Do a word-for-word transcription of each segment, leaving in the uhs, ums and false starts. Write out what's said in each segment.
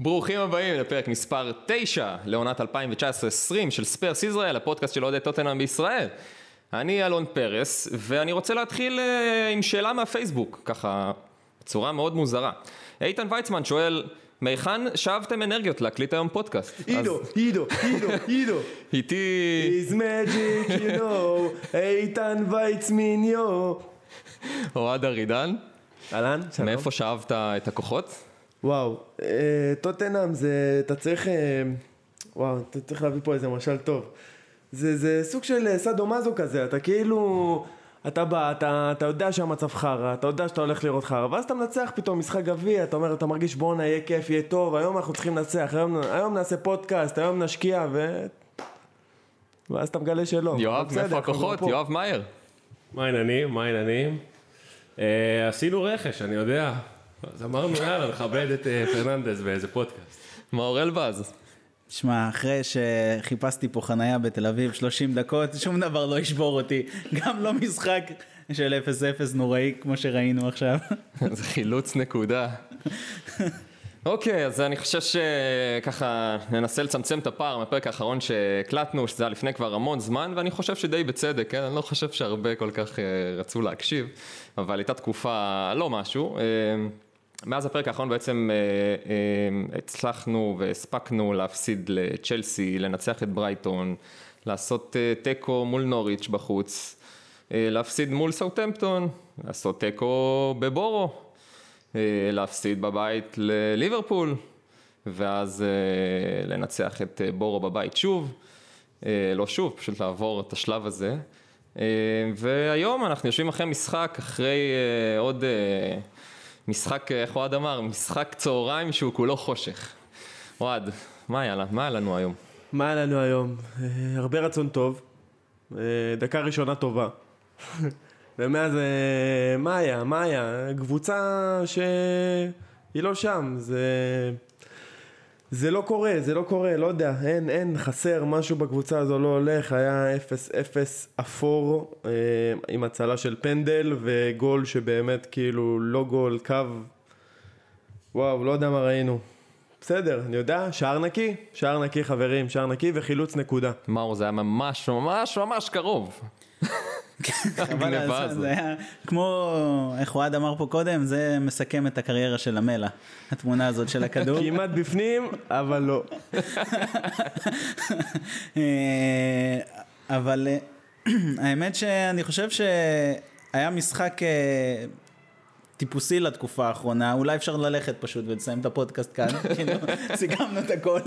ברוכים הבאים לפרק מספר תשע לעונת אלפיים תשע עשרה עשרים של ספרס ישראל, הפודקאסט של אוהדי טוטנהאם בישראל. אני אלון פרס, ואני רוצה להתחיל עם שאלה מהפייסבוק, ככה בצורה מאוד מוזרה. איתן ויצמן שואל, מהיכן שאבתם אנרגיות להקליט היום פודקאסט? עידו, עידו, עידו, עידו. איתי... It's magic, you know, איתן ויצמיניו. אוהד ארידן. אהלן, שלום. מאיפה שאבת את הכוחות? וואו, אה, טוטנהאם זה, אתה צריך, אה, וואו, אתה צריך להביא פה איזה משל טוב. זה, זה סוג של סאדו-מאזו כזה, אתה כאילו, אתה בא, אתה, אתה יודע שהמצב חרה, אתה יודע שאתה הולך לראות חרה, ואז אתה מנצח פתאום משחק גביע, אתה אומר, אתה מרגיש בונה, יהיה כיף, יהיה טוב, היום אנחנו צריכים לנצח, היום, היום נעשה פודקאסט, היום נשקיע, ו... ואז אתה מגלה שלא. יואב, מאיפה הכוחות? יואב מאייר. מה העניינים? מה העניינים? עשינו רכש, אני יודע. אז אמרנו, יאללה, נכבד את פרננדס באיזה פודקאסט. מאור אלבז. תשמע, אחרי שחיפשתי פה חנייה בתל אביב שלושים דקות, שום דבר לא ישבור אותי. גם לא משחק של אפס אפס נוראי, כמו שראינו עכשיו. זה חילוץ נקודה. אוקיי, אז אני חושב שככה ננסה לצמצם את הפער מהפרק האחרון שהקלטנו, שזה היה לפני כבר המון זמן, ואני חושב שדי בצדק, כן? אני לא חושב שהרבה כל כך רצו להקשיב, אבל הייתה תקופה לא משהו. מאז הפרק האחרון בעצם הצלחנו והספקנו להפסיד לצ'לסי, לנצח את ברייטון, לעשות טקו מול נוריץ' בחוץ, להפסיד מול סאות'המפטון, לעשות טקו בבורו, להפסיד בבית לליברפול, ואז לנצח את בורו בבית שוב, לא שוב, פשוט לעבור את השלב הזה. והיום אנחנו יושבים אחרי משחק, אחרי עוד משחק, איך אוהד אמר, משחק צהריים שהוא כולו חושך. אוהד, מה היה, מה היה לנו היום? מה היה לנו היום? הרבה רצון טוב, דקה ראשונה טובה. ומאז, מה היה? מה היה? קבוצה שהיא לא שם, זה... זה לא קורה, זה לא קורה, לא יודע, אין, אין, חסר, משהו בקבוצה הזו לא הולך, היה אפס אפס אפור, אה, עם הצלה של פנדל, וגול שבאמת כאילו לא גול, קו, וואו, לא יודע מה ראינו. בסדר, אני יודע, שער נקי, שער נקי חברים, שער נקי וחילוץ נקודה. מאור, זה היה ממש, ממש, ממש קרוב. אבל זה היה, כמו איך אוהד אמר פה קודם, זה מסכם את הקריירה של המלה, התמונה הזאת של הכדור. כמעט בפנים, אבל לא. אבל האמת שאני חושב שהיה משחק טיפוסי לתקופה האחרונה, אולי אפשר ללכת פשוט ולסיים את הפודקאסט כאן, כאילו סיכמנו את הכל.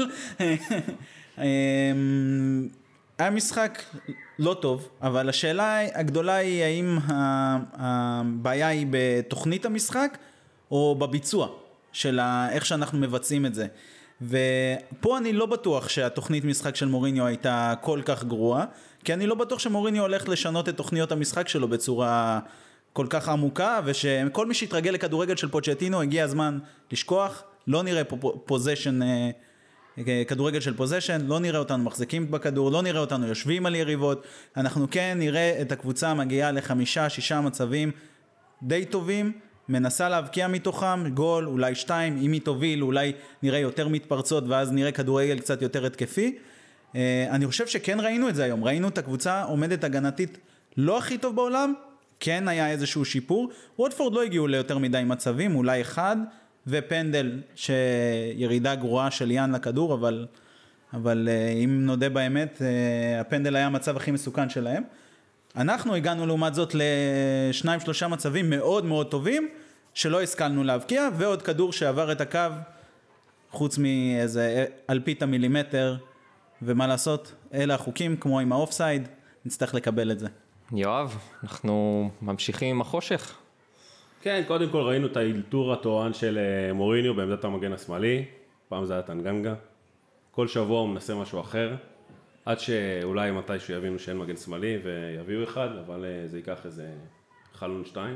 היה משחק לא טוב, אבל השאלה הגדולה היא האם הבעיה היא בתוכנית המשחק או בביצוע של איך שאנחנו מבצעים את זה. ופה אני לא בטוח שהתוכנית משחק של מוריניו הייתה כל כך גרועה, כי אני לא בטוח שמוריניו הולך לשנות את תוכניות המשחק שלו בצורה כל כך עמוקה, ושכל מי שהתרגל לכדורגל של פוצ'טינו הגיע הזמן לשכוח, לא נראה פוזיישן, כדורגל של פוזיישן, לא נראה אותנו מחזיקים בכדור, לא נראה אותנו יושבים על יריבות, אנחנו כן נראה את הקבוצה מגיעה לחמישה, שישה מצבים די טובים, מנסה להבקיע מתוכם, גול, אולי שתיים, אם היא תוביל, אולי נראה יותר מתפרצות, ואז נראה כדורגל קצת יותר התקפי. אני חושב שכן ראינו את זה היום, ראינו את הקבוצה עומדת הגנתית לא הכי טוב בעולם, כן היה איזשהו שיפור, ווטפורד לא הגיעו ליותר מדי מצבים, אולי אחד, ופנדל שירידה גרועה של יאן לכדור, אבל, אבל אם נודה באמת, הפנדל היה המצב הכי מסוכן שלהם. אנחנו הגענו לעומת זאת לשניים שלושה מצבים מאוד מאוד טובים, שלא השכלנו להבקיע, ועוד כדור שעבר את הקו, חוץ מאיזה אלפית המילימטר, ומה לעשות, אלה החוקים כמו עם האופסייד, נצטרך לקבל את זה. יואב, אנחנו ממשיכים עם החושך. כן, קודם כל ראינו את האילתור התורן של מוריניו בעמדת המגן השמאלי, פעם זה היה טנגנגה, כל שבוע הוא מנסה משהו אחר, עד שאולי מתישהו יבינו שאין מגן שמאלי ויביאו אחד, אבל זה ייקח איזה חלון שתיים.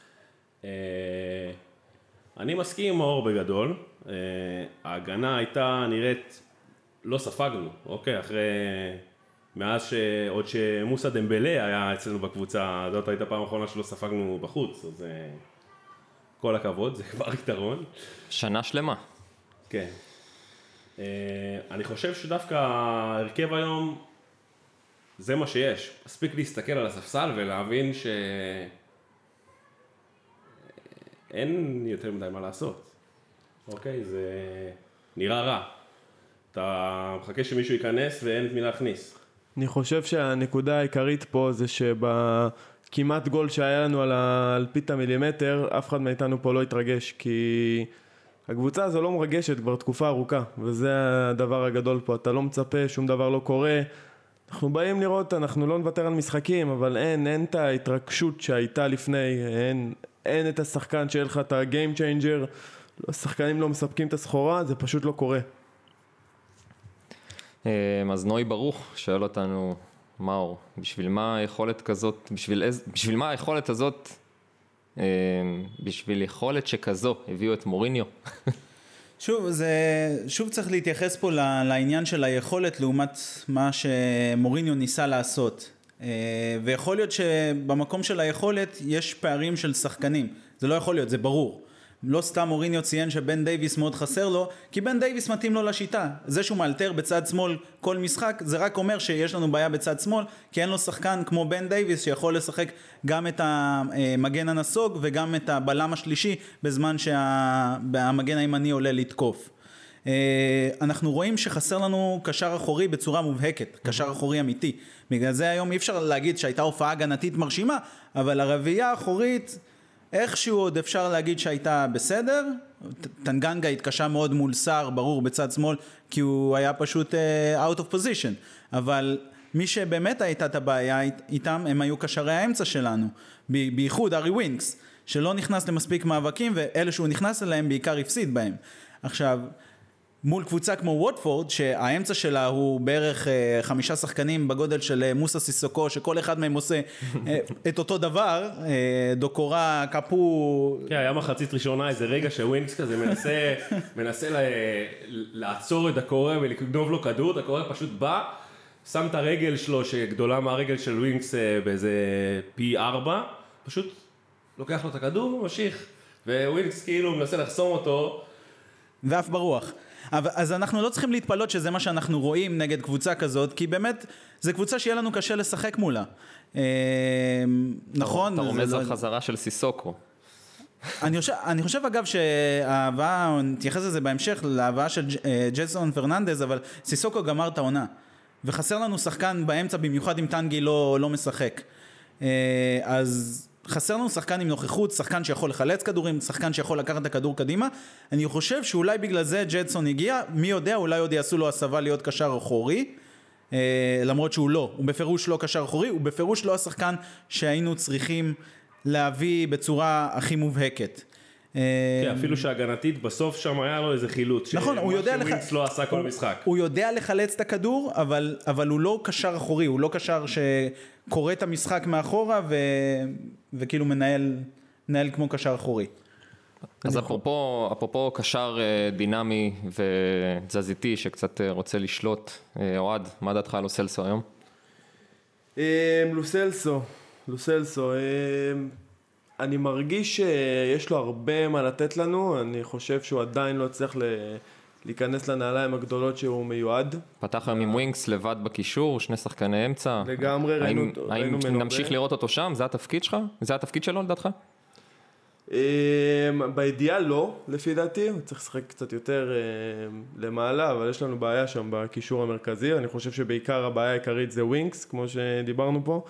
אני מסכים עם האור בגדול, ההגנה הייתה נראית, לא ספגנו, אוקיי, אחרי, מאז שעוד שמוסא דמבלה היה אצלנו בקבוצה, זאת הייתה פעם האחרונה שלא ספגנו בחוץ, אז כל הכבוד, זה כבר יתרון. שנה שלמה. כן. אני חושב שדווקא ההרכב היום, זה מה שיש. מספיק להסתכל על הספסל ולהבין שאין יותר מדי מה לעשות. אוקיי, זה נראה רע. אתה מחכה שמישהו ייכנס ואין את מי להכניס. אני חושב שהנקודה העיקרית פה זה שבכמעט גול שהיה לנו על אלפית המילימטר, אף אחד מאיתנו פה לא התרגש, כי הקבוצה הזו לא מרגשת כבר תקופה ארוכה, וזה הדבר הגדול פה. אתה לא מצפה, שום דבר לא קורה. אנחנו באים לראות, אנחנו לא נוותר על משחקים, אבל אין, אין את ההתרגשות שהייתה לפני, אין, אין את השחקן שיהיה לך את הגיים צ'יינג'ר, השחקנים לא מספקים את הסחורה, זה פשוט לא קורה. אז נוי ברוך שואל אותנו, מאור, בשביל מה היכולת כזאת, בשביל, איז, בשביל מה היכולת הזאת, בשביל יכולת שכזו הביאו את מוריניו? שוב, זה, שוב צריך להתייחס פה לעניין של היכולת לעומת מה שמוריניו ניסה לעשות. ויכול להיות שבמקום של היכולת יש פערים של שחקנים. זה לא יכול להיות, זה ברור. לא סתם מוריניו ציין שבן דייביס מאוד חסר לו, כי בן דייביס מתאים לו לשיטה. זה שהוא מאלתר בצד שמאל כל משחק, זה רק אומר שיש לנו בעיה בצד שמאל, כי אין לו שחקן כמו בן דייביס שיכול לשחק גם את המגן הנסוג וגם את הבלם השלישי, בזמן שהמגן הימני עולה לתקוף. אנחנו רואים שחסר לנו קשר אחורי בצורה מובהקת, קשר אחורי אמיתי. בגלל זה היום אי אפשר להגיד שהייתה הופעה הגנתית מרשימה, אבל הרביעייה האחורית איכשהו עוד אפשר להגיד שהייתה בסדר. טנגנגה התקשה מאוד מול סער, ברור, בצד שמאל, כי הוא היה פשוט uh, out of position. אבל מי שבאמת הייתה את הבעיה איתם, הם היו קשרי האמצע שלנו. ב- בייחוד ארי ווינקס, שלא נכנס למספיק מאבקים, ואלה שהוא נכנס אליהם בעיקר הפסיד בהם. עכשיו, מול קבוצה כמו ווטפורד, שהאמצע שלה הוא בערך אה, חמישה שחקנים בגודל של אה, מוסה סיסוקו, שכל אחד מהם עושה אה, את אותו דבר, אה, דוקורה, קפו... כן, היה מחצית ראשונה, איזה רגע שווינקס כזה מנסה, מנסה לה, לעצור את דוקורה ולגנוב לו כדור, דוקורה פשוט בא, שם את הרגל שלו שגדולה מהרגל של ווינקס אה, באיזה פי ארבע, פשוט לוקח לו את הכדור ומשיך, ווינקס כאילו מנסה לחסום אותו. ואף ברוח. אז אנחנו לא צריכים להתפלות שזה מה שאנחנו רואים נגד קבוצה כזאת, כי באמת זה קבוצה שיהיה לנו קשה לשחק מולה. נכון? אתה רומז על חזרה של סיסוקו. אני חושב, אני חושב אגב שההבאה, נתייחס לזה בהמשך, להבאה של ג'סון פרננדז, אבל סיסוקו גמר את העונה. וחסר לנו שחקן באמצע, במיוחד אם טנגי לא, לא משחק. אז... חסר לנו שחקן עם נוכחות, שחקן שיכול לחלץ כדורים, שחקן שיכול לקחת את הכדור קדימה. אני חושב שאולי בגלל זה ג'דסון הגיע, מי יודע, אולי עוד יעשו לו הסבה להיות קשר אחורי, אה, למרות שהוא לא, הוא בפירוש לא קשר אחורי, הוא בפירוש לא השחקן שהיינו צריכים להביא בצורה הכי מובהקת. כן, אפילו שהגנתית בסוף שם היה לו איזה חילוץ. נכון, הוא יודע לח... שווינקס לא עשה כל משחק. הוא יודע לחלץ את הכדור, אבל, אבל הוא לא קשר אחורי, הוא לא קשר שקורא את המשחק מאחורה ו... וכאילו מנהל, מנהל כמו קשר אחורי. אז אפרופו, אפרופו קשר דינמי ותזזיתי שקצת רוצה לשלוט, אוהד, מה דעתך על לוסלסו היום? לוסלסו, לוסלסו, אני מרגיש שיש לו הרבה מה לתת לנו, אני חושב שהוא עדיין לא צריך להיכנס לנעליים הגדולות שהוא מיועד. פתח היום עם ווינקס לבד בקישור, שני שחקני אמצע. לגמרי, ראינו מנובה. האם נמשיך לראות אותו שם? זה התפקיד שלך? זה התפקיד שלו לדעתך? באידיאל לא, לפי דעתי, הוא צריך לשחק קצת יותר למעלה, אבל יש לנו בעיה שם בקישור המרכזי, אני חושב שבעיקר הבעיה העיקרית זה ווינקס, כמו שדיברנו פה,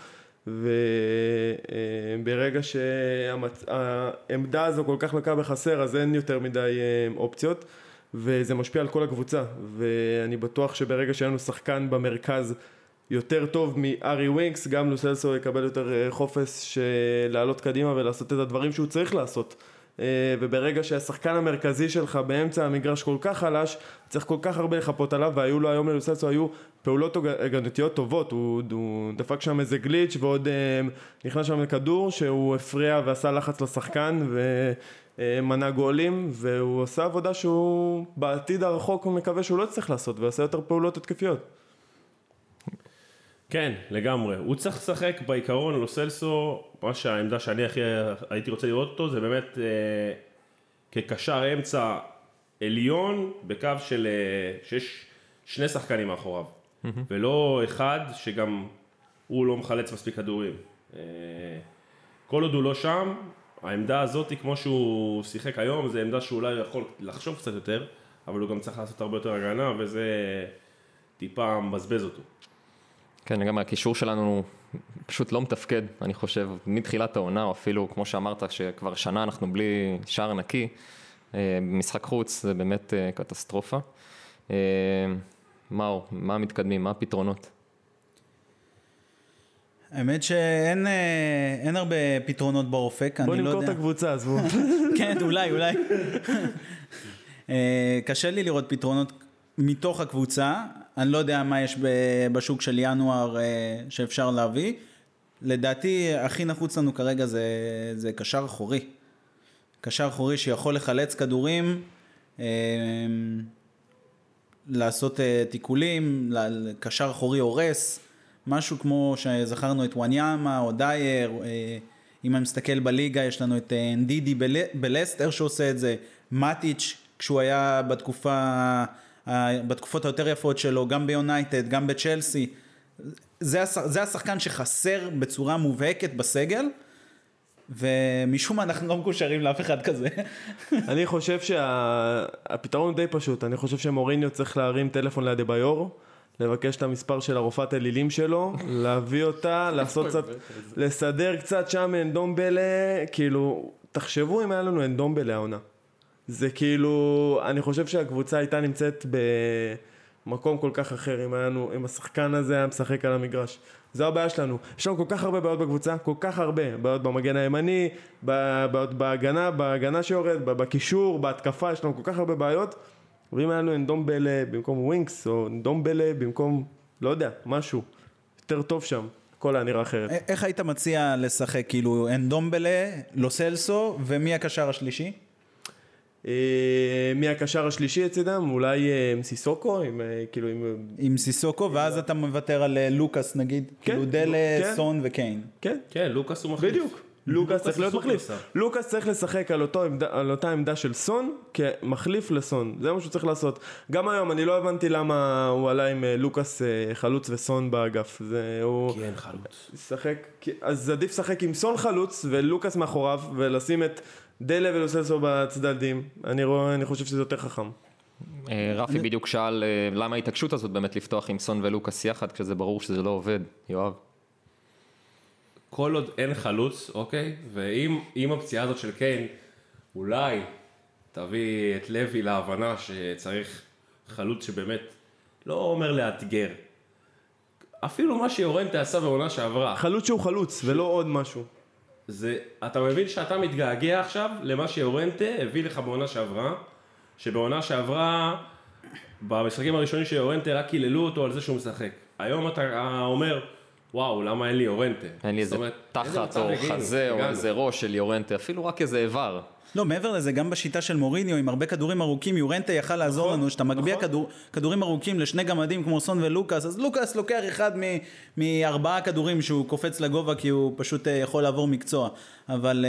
וברגע שהעמדה הזו כל כך לקה בחסר, אז אין יותר מדי אופציות, וזה משפיע על כל הקבוצה, ואני בטוח שברגע שאין לנו שחקן במרכז יותר טוב מארי ווינקס, גם לוסלסו יקבל יותר חופש לעלות קדימה ולעשות את הדברים שהוא צריך לעשות. וברגע שהשחקן המרכזי שלך באמצע המגרש כל כך חלש, צריך כל כך הרבה לחפות עליו, והיו לו היום ללוסלסו היו פעולות הגנתיות טובות, הוא, הוא דפק שם איזה גליץ' ועוד נכנס שם לכדור שהוא הפריע ועשה לחץ לשחקן ומנע גולים, והוא עושה עבודה שהוא בעתיד הרחוק הוא מקווה שהוא לא צריך לעשות, ועשה יותר פעולות התקפיות. כן, לגמרי. הוא צריך לשחק בעיקרון, לוסלסו, מה שהעמדה שאני הכי הייתי רוצה לראות אותו, זה באמת אה, כקשר אמצע, עליון בקו של שיש שני שחקנים מאחוריו, ולא אחד שגם הוא לא מחלץ מספיק כדורים. כל עוד הוא לא שם, העמדה הזאת, כמו שהוא שיחק היום, זו עמדה שאולי יכול לחשוב קצת יותר, אבל הוא גם צריך לעשות הרבה יותר הגנה, וזה טיפה מבזבז אותו. כן, גם הקישור שלנו פשוט לא מתפקד, אני חושב, מתחילת העונה, או אפילו, כמו שאמרת, שכבר שנה אנחנו בלי שער נקי, משחק חוץ זה באמת קטסטרופה. מה, מה מתקדמים, מה הפתרונות? האמת שאין אין הרבה פתרונות באופק, אני לא יודע. בוא נמכור את הקבוצה, עזבו. כן, אולי, אולי. קשה לי לראות פתרונות מתוך הקבוצה, אני לא יודע מה יש בשוק של ינואר שאפשר להביא. לדעתי, הכי נחוץ לנו כרגע זה, זה קשר אחורי. קשר אחורי שיכול לחלץ כדורים, לעשות תיקולים, קשר אחורי הורס, משהו כמו שזכרנו את וואניאמה או דייר, אם אני מסתכל בליגה יש לנו את אנדידי בלסטר שעושה את זה, מטיץ' כשהוא היה בתקופה, בתקופות היותר יפות שלו, גם ביונייטד, גם בצ'לסי, זה, זה השחקן שחסר בצורה מובהקת בסגל, ומשום מה אנחנו לא מקושרים לאף אחד כזה. אני חושב שהפתרון הוא די פשוט, אני חושב שמוריניו צריך להרים טלפון לאדבאיור, לבקש את המספר של הרופאת אלילים שלו, להביא אותה, לעשות קצת, לסדר קצת שם אנדומבלה, כאילו, תחשבו אם היה לנו אנדומבלה העונה. זה כאילו, אני חושב שהקבוצה הייתה נמצאת במקום כל כך אחר, אם היה לנו, אם השחקן הזה היה משחק על המגרש. זו הבעיה שלנו. יש לנו כל כך הרבה בעיות בקבוצה, כל כך הרבה. בעיות במגן הימני, בעיות בהגנה, בהגנה שיורד, בקישור, בהתקפה, יש לנו כל כך הרבה בעיות. ואם היה לנו אנדומבלה במקום ווינקס, או אנדומבלה במקום, לא יודע, משהו יותר טוב שם. הכל היה נראה אחרת. איך היית מציע לשחק, כאילו, אנדומבלה, לוסלסו, ומי הקשר השלישי? מי הקשר השלישי אצדם? אולי סיסוקו, עם, כאילו עם... עם סיסוקו, ואז אתה מוותר על לוקאס נגיד, כאילו דלה, סון וקיין. כן, כן, לוקאס הוא מחליף. בדיוק. לוקאס צריך להיות מחליף. לוקאס צריך לשחק על, אותו, על אותה עמדה של סון כמחליף לסון. זה מה שהוא צריך לעשות. גם היום אני לא הבנתי למה הוא עלה עם לוקאס חלוץ וסון באגף. זה הוא... כי אין חלוץ. שחק, אז עדיף לשחק עם סון חלוץ ולוקאס מאחוריו ולשים את דלה ולוסלסו בצדדים. אני, רואה, אני חושב שזה יותר חכם. רפי בדיוק שאל למה ההתעקשות הזאת באמת לפתוח עם סון ולוקאס יחד כשזה ברור שזה לא עובד. יואב. כל עוד אין חלוץ, אוקיי? ואם הפציעה הזאת של קיין אולי תביא את לוי להבנה שצריך חלוץ שבאמת לא אומר לאתגר. אפילו מה שיורנטה עשה בעונה שעברה. חלוץ שהוא חלוץ ולא עוד משהו. זה, אתה מבין שאתה מתגעגע עכשיו למה שיורנטה הביא לך בעונה שעברה, שבעונה שעברה, במשחקים הראשונים שיורנטה רק קיללו אותו על זה שהוא משחק. היום אתה אומר, וואו, למה אין לי יורנטה? אין לי איזה תחת או חזה או איזה ראש של יורנטה, אפילו רק איזה איבר. לא, מעבר לזה, גם בשיטה של מוריניו, עם הרבה כדורים ארוכים, יורנטה יכל לעזור לנו, שאתה מגביה כדורים ארוכים לשני גמדים כמו סון ולוקאס, אז לוקאס לוקח אחד מארבעה כדורים שהוא קופץ לגובה, כי הוא פשוט יכול לעבור מקצוע. אבל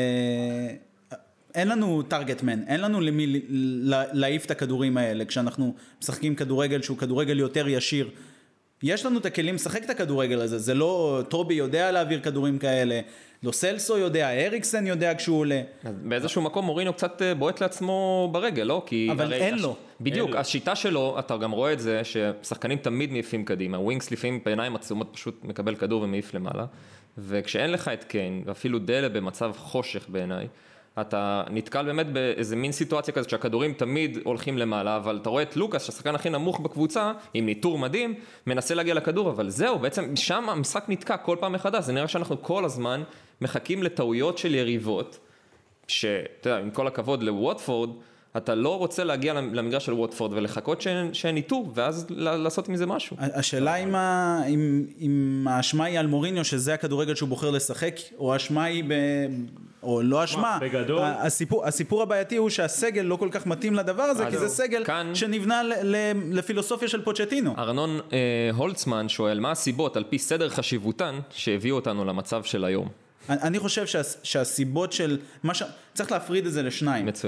אין לנו טרגטמן, אין לנו למי להעיף את הכדורים האלה, כשאנחנו משחקים כדורגל שהוא כדורגל יותר ישיר. יש לנו את הכלים לשחק את הכדורגל הזה, זה לא, טובי יודע להעביר כדורים כאלה, לא סלסו יודע, אריקסן יודע כשהוא עולה. באיזשהו מקום מוריניו קצת בועט לעצמו ברגל, לא? כי אבל הרי, אין הש... לו. בדיוק, אין השיטה שלו, אתה גם רואה את זה, ששחקנים תמיד מעיפים קדימה, ווינקס לפעמים בעיניים עצומות פשוט מקבל כדור ומעיף למעלה, וכשאין לך את קיין, ואפילו דלה במצב חושך בעיניי, אתה נתקל באמת באיזה מין סיטואציה כזאת שהכדורים תמיד הולכים למעלה, אבל אתה רואה את לוקאס, שהשחקן הכי נמוך בקבוצה, עם ניטור מדהים, מנסה להגיע לכדור, אבל זהו, בעצם שם המשחק נתקע כל פעם מחדש, זה נראה שאנחנו כל הזמן מחכים לטעויות של יריבות, שאתה יודע, עם כל הכבוד לווטפורד, אתה לא רוצה להגיע למגרש של ווטפורד ולחכות שאין ניטור, ואז לעשות מזה משהו. השאלה אם, ה... אם, אם האשמה היא על מוריניו, שזה הכדורגל שהוא בוחר לשחק, או האשמה היא ב... או לא אשמה. בגדול. הסיפור, הסיפור הבעייתי הוא שהסגל לא כל כך מתאים לדבר הזה, כי זה סגל כאן... שנבנה ל... ל... לפילוסופיה של פוצ'טינו. ארנון אה, הולצמן שואל, מה הסיבות על פי סדר חשיבותן שהביאו אותנו למצב של היום? אני חושב שה... שהסיבות של... מה ש... צריך להפריד את זה לשניים. מצוין.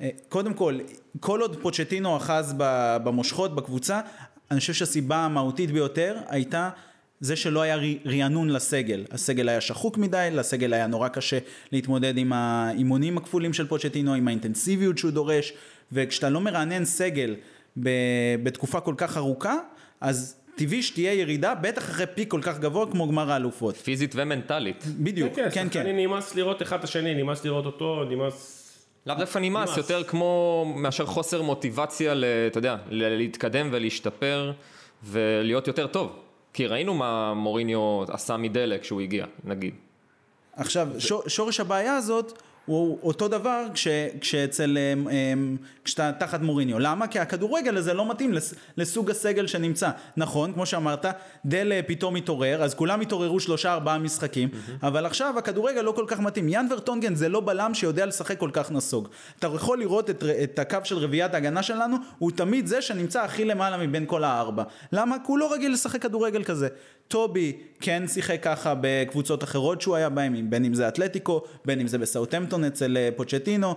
קודם כל, כל עוד פוצ'טינו אחז במושכות, בקבוצה, אני חושב שהסיבה המהותית ביותר הייתה זה שלא היה רענון לסגל. הסגל היה שחוק מדי, לסגל היה נורא קשה להתמודד עם האימונים הכפולים של פוצ'טינו, עם האינטנסיביות שהוא דורש, וכשאתה לא מרענן סגל בתקופה כל כך ארוכה, אז טבעי שתהיה ירידה, בטח אחרי פיק כל כך גבוה כמו גמר האלופות. פיזית ומנטלית. בדיוק, כן, כן. שחקנים נמאס לראות אחד את השני, נמאס לראות אותו, נמאס... לאו דווקא נמאס, יותר כמו מאשר חוסר מוטיבציה, אתה יודע, להתקדם ולהשתפר ולהיות יותר טוב. כי ראינו מה מוריניו עשה מדלק כשהוא הגיע, נגיד. עכשיו, שורש הבעיה הזאת הוא אותו דבר כש, כשאצל, כשאתה תחת מוריניו. למה? כי הכדורגל הזה לא מתאים לסוג הסגל שנמצא. נכון, כמו שאמרת, דל פתאום מתעורר, אז כולם התעוררו שלושה ארבעה משחקים, mm-hmm. אבל עכשיו הכדורגל לא כל כך מתאים. יאן ורטונגן זה לא בלם שיודע לשחק כל כך נסוג. אתה יכול לראות את, את הקו של רביעיית ההגנה שלנו, הוא תמיד זה שנמצא הכי למעלה מבין כל הארבע. למה? כי הוא לא רגיל לשחק כדורגל כזה. טובי כן שיחק ככה בקבוצות אחרות שהוא היה בהם, בין אם זה אתלטיקו, בין אם זה בסאוטהמפטון אצל פוצ'טינו.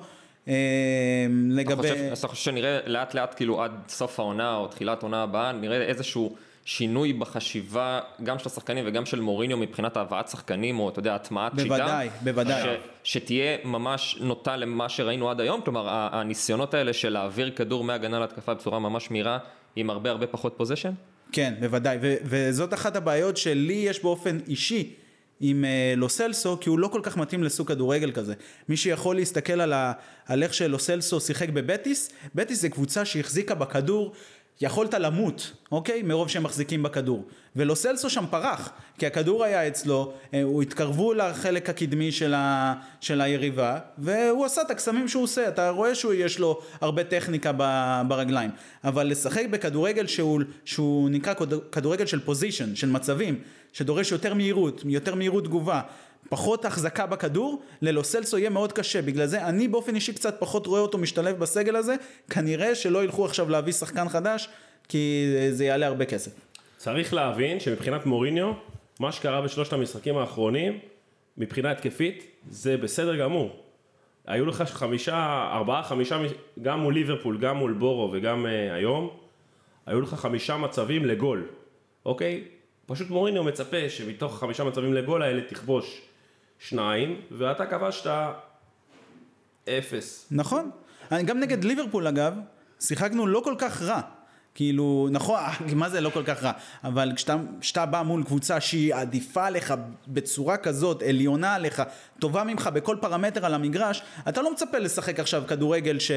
לגבי... אז אתה חושב שנראה לאט לאט כאילו עד סוף העונה או תחילת העונה הבאה, נראה איזשהו שינוי בחשיבה גם של השחקנים וגם של מוריניו מבחינת הבאת שחקנים או אתה יודע, הטמעת שיטה? בוודאי, בוודאי. שתהיה ממש נוטה למה שראינו עד היום, כלומר הניסיונות האלה של להעביר כדור מהגנה להתקפה בצורה ממש מהירה עם הרבה הרבה פחות פוזיישן? כן, בוודאי, ו- וזאת אחת הבעיות שלי יש באופן אישי עם uh, לוסלסו, כי הוא לא כל כך מתאים לסוג כדורגל כזה. מי שיכול להסתכל על, ה- על איך שלוסלסו שיחק בבטיס, בטיס זה קבוצה שהחזיקה בכדור, יכולת למות, אוקיי? מרוב שהם מחזיקים בכדור. ולוסלסו שם פרח, כי הכדור היה אצלו, הוא התקרבו לחלק הקדמי של, ה, של היריבה, והוא עשה את הקסמים שהוא עושה. אתה רואה שהוא יש לו הרבה טכניקה ברגליים. אבל לשחק בכדורגל שהוא, שהוא נקרא כדורגל של פוזישן, של מצבים, שדורש יותר מהירות, יותר מהירות תגובה, פחות החזקה בכדור, ללוסלסו יהיה מאוד קשה. בגלל זה אני באופן אישי קצת פחות רואה אותו משתלב בסגל הזה, כנראה שלא ילכו עכשיו להביא שחקן חדש, כי זה יעלה הרבה כסף. צריך להבין שמבחינת מוריניו, מה שקרה בשלושת המשחקים האחרונים, מבחינה התקפית, זה בסדר גמור. היו לך חמישה, ארבעה, חמישה, גם מול ליברפול, גם מול בורו וגם uh, היום, היו לך חמישה מצבים לגול, אוקיי? פשוט מוריניו מצפה שמתוך חמישה מצבים לגול האלה תכבוש שניים, ואתה כבשת אפס. נכון. גם נגד ליברפול אגב, שיחקנו לא כל כך רע. כאילו, נכון, מה זה לא כל כך רע? אבל כשאתה, כשאתה בא מול קבוצה שהיא עדיפה לך בצורה כזאת, עליונה לך, טובה ממך בכל פרמטר על המגרש, אתה לא מצפה לשחק עכשיו כדורגל ש...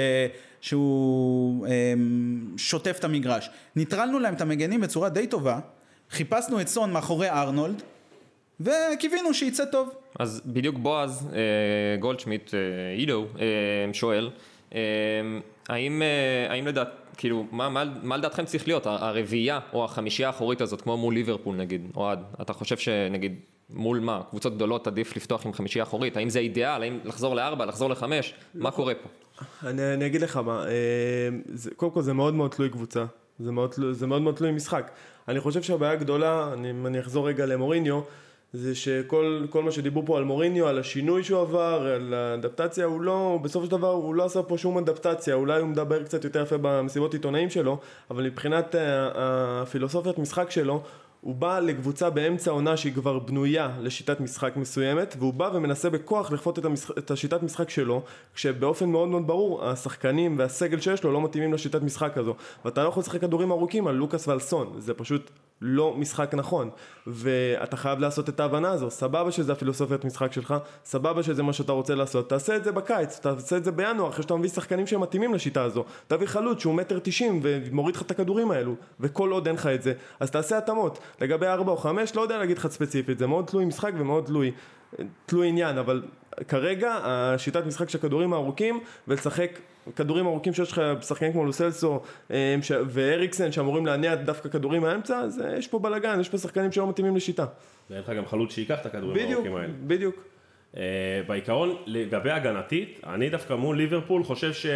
שהוא אמ, שוטף את המגרש. ניטרלנו להם את המגנים בצורה די טובה, חיפשנו את סון מאחורי ארנולד, וקיווינו שיצא טוב. אז בדיוק בועז, אה, גולדשמיט, אה, עידו, אה, שואל, אה, האם, אה, האם לדעת, כאילו, מה, מה, מה לדעתכם צריך להיות? הרביעייה או החמישייה האחורית הזאת, כמו מול ליברפול נגיד, אוהד, אתה חושב שנגיד, מול מה? קבוצות גדולות עדיף לפתוח עם חמישייה אחורית? האם זה אידיאל? האם לחזור לארבע, לחזור לחמש? מה קורה פה? אני, אני אגיד לך מה, זה, קודם כל זה מאוד מאוד תלוי קבוצה, זה מאוד, זה מאוד מאוד תלוי משחק. אני חושב שהבעיה הגדולה, אני, אני אחזור רגע למוריניו, זה שכל כל מה שדיברו פה על מוריניו, על השינוי שהוא עבר, על האדפטציה, הוא לא, בסופו של דבר הוא לא עשה פה שום אדפטציה, אולי הוא מדבר קצת יותר יפה במסיבות עיתונאים שלו, אבל מבחינת הפילוסופיית משחק שלו, הוא בא לקבוצה באמצע העונה שהיא כבר בנויה לשיטת משחק מסוימת, והוא בא ומנסה בכוח לכפות את, המשחק, את השיטת משחק שלו, כשבאופן מאוד מאוד ברור, השחקנים והסגל שיש לו לא מתאימים לשיטת משחק הזו. ואתה לא יכול לשחק כדורים ארוכים על לוקאס ועל סון, זה פשוט לא משחק נכון. ואתה חייב לעשות את ההבנה הזו, סבבה שזה הפילוסופיית משחק שלך, סבבה שזה מה שאתה רוצה לעשות, תעשה את זה בקיץ, תעשה את זה בינואר, אחרי שאתה מביא שחקנים שמתאימים לשיטה הזו, תביא חלוץ שהוא מטר תשעים ומוריד לך את הכדורים האלו, וכל עוד אין לך את זה, אז תעשה התאמות. לגבי ארבע או חמש, לא יודע להגיד לך ספציפית, זה מאוד תלוי משחק ומאוד תלוי, תלוי עניין, אבל כרגע השיטת משחק של כדורים הארוכים, ולשחק כדורים ארוכים שיש לך שחקנים כמו לוסלסו ואריקסן שאמורים להניע דווקא כדורים מהאמצע, אז יש פה בלגן, יש פה שחקנים שלא מתאימים לשיטה. ואין לך גם חלוץ שיקח את הכדורים הארוכים האלה. בדיוק, בדיוק. בעיקרון, לגבי הגנתית, אני דווקא מול ליברפול חושב ש...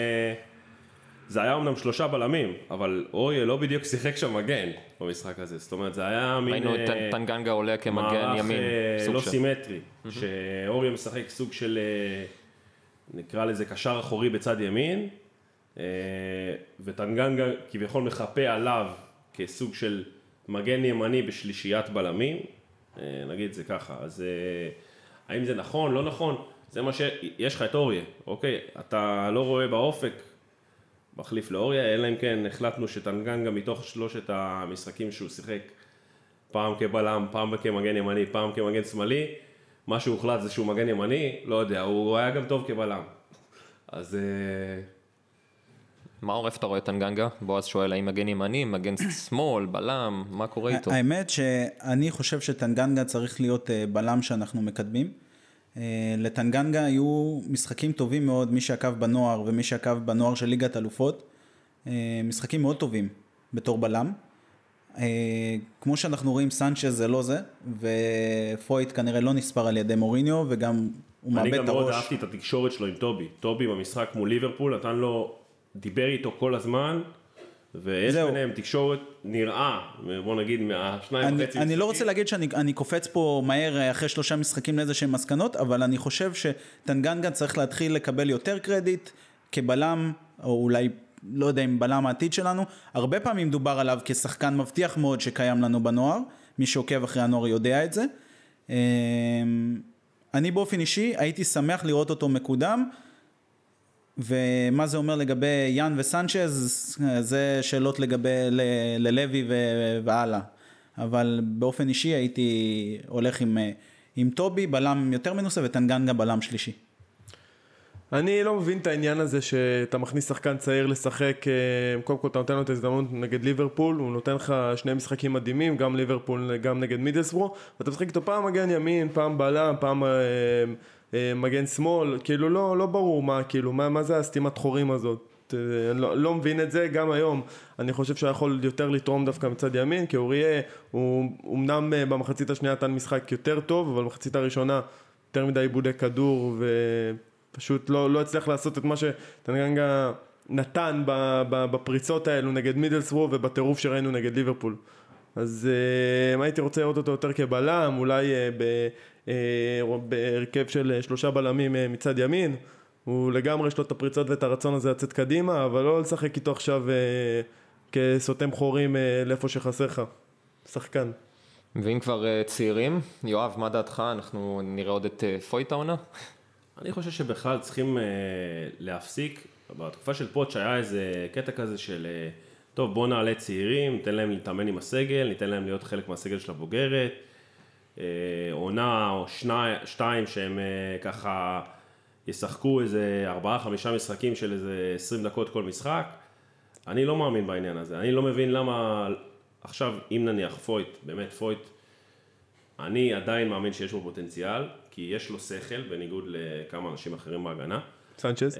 זה היה אמנם שלושה בלמים, אבל אוי, לא בדיוק שיחק שם מגן במשחק הזה. זאת אומרת, זה היה מין... ראינו את טנגנגה עולה כמגן ימין. מערך לא סימטרי, שאוריה משחק סוג של נקרא לזה קשר אחורי בצד ימין, וטנגנגה כביכול מחפה עליו כסוג של מגן ימני בשלישיית בלמים, נגיד זה ככה, אז האם זה נכון, לא נכון? זה מה שיש לך את אוריה, אוקיי? אתה לא רואה באופק מחליף לאוריה, אלא אם כן החלטנו שטנגנגה מתוך שלושת המשחקים שהוא שיחק פעם כבלם, פעם כמגן ימני, פעם כמגן שמאלי, מה שהוחלט זה שהוא מגן ימני, לא יודע, הוא היה גם טוב כבלם. אז... מה עורף אתה רואה טנגנגה? בועז שואל, האם מגן ימני, מגן שמאל, בלם, מה קורה איתו? האמת שאני חושב שטנגנגה צריך להיות בלם שאנחנו מקדמים. לטנגנגה היו משחקים טובים מאוד, מי שעקב בנוער ומי שעקב בנוער של ליגת אלופות, משחקים מאוד טובים בתור בלם. כמו שאנחנו רואים, סנצ'ז זה לא זה, ופויט כנראה לא נספר על ידי מוריניו, וגם הוא מאבד את הראש. אני גם מאוד אהבתי את התקשורת שלו עם טובי. טובי במשחק מול ליברפול, נתן לו, דיבר איתו כל הזמן, ויש ביניהם תקשורת נראה, בוא נגיד, מהשניים וחצי. אני לא רוצה להגיד שאני קופץ פה מהר אחרי שלושה משחקים לאיזה שהם מסקנות, אבל אני חושב שטנגנגה צריך להתחיל לקבל יותר קרדיט כבלם, או אולי, לא יודע אם בלם העתיד שלנו. הרבה פעמים דובר עליו כשחקן מבטיח מאוד שקיים לנו בנוער, מי שעוקב אחרי הנוער יודע את זה. אני באופן אישי הייתי שמח לראות אותו מקודם, ומה זה אומר לגבי יאן וסנצ'ז, זה שאלות לגבי ללוי והלאה. אבל באופן אישי הייתי הולך עם, עם טובי, בלם יותר מנוסה, וטנגנגה בלם שלישי. אני לא מבין את העניין הזה שאתה מכניס שחקן צעיר לשחק, קודם כל אתה נותן לו את ההזדמנות נגד ליברפול, הוא נותן לך שני משחקים מדהימים, גם ליברפול, גם נגד מידלסבורו, ואתה משחק איתו פעם מגן ימין, פעם בלם, פעם מגן שמאל, כאילו לא, לא ברור מה, כאילו, מה, מה זה הסתימת חורים הזאת, אני לא, לא מבין את זה, גם היום אני חושב שהוא יכול יותר לתרום דווקא מצד ימין, כי אוריה, הוא אמנם במחצית השנייה נתן משחק יותר טוב, אבל במחצית הראשונה יותר מדי עיבודי כדור ו... פשוט לא, לא הצליח לעשות את מה שטנגנגה נתן בפריצות האלו נגד מידלסבורו ובטירוף שראינו נגד ליברפול. אז uh, הייתי רוצה לראות אותו יותר כבלם, אולי uh, בהרכב של שלושה בלמים uh, מצד ימין. הוא לגמרי יש לו את הפריצות ואת הרצון הזה לצאת קדימה, אבל לא לשחק איתו עכשיו uh, כסותם חורים uh, לאיפה שחסר לך. שחקן. ואם כבר uh, צעירים, יואב, מה דעתך? אנחנו נראה עוד את uh, פויט העונה? אני חושב שבכלל צריכים אה, להפסיק, בתקופה של פוטש היה איזה קטע כזה של, אה, טוב בוא נעלה צעירים, ניתן להם להתאמן עם הסגל, ניתן להם להיות חלק מהסגל של הבוגרת, אה, עונה או שני, שתיים שהם אה, ככה ישחקו איזה ארבעה, חמישה משחקים של איזה עשרים דקות כל משחק. אני לא מאמין בעניין הזה, אני לא מבין למה עכשיו אם נניח פויט, באמת פויט, אני עדיין מאמין שיש בו פוטנציאל, כי יש לו שכל, בניגוד לכמה אנשים אחרים בהגנה. סנצ'ז?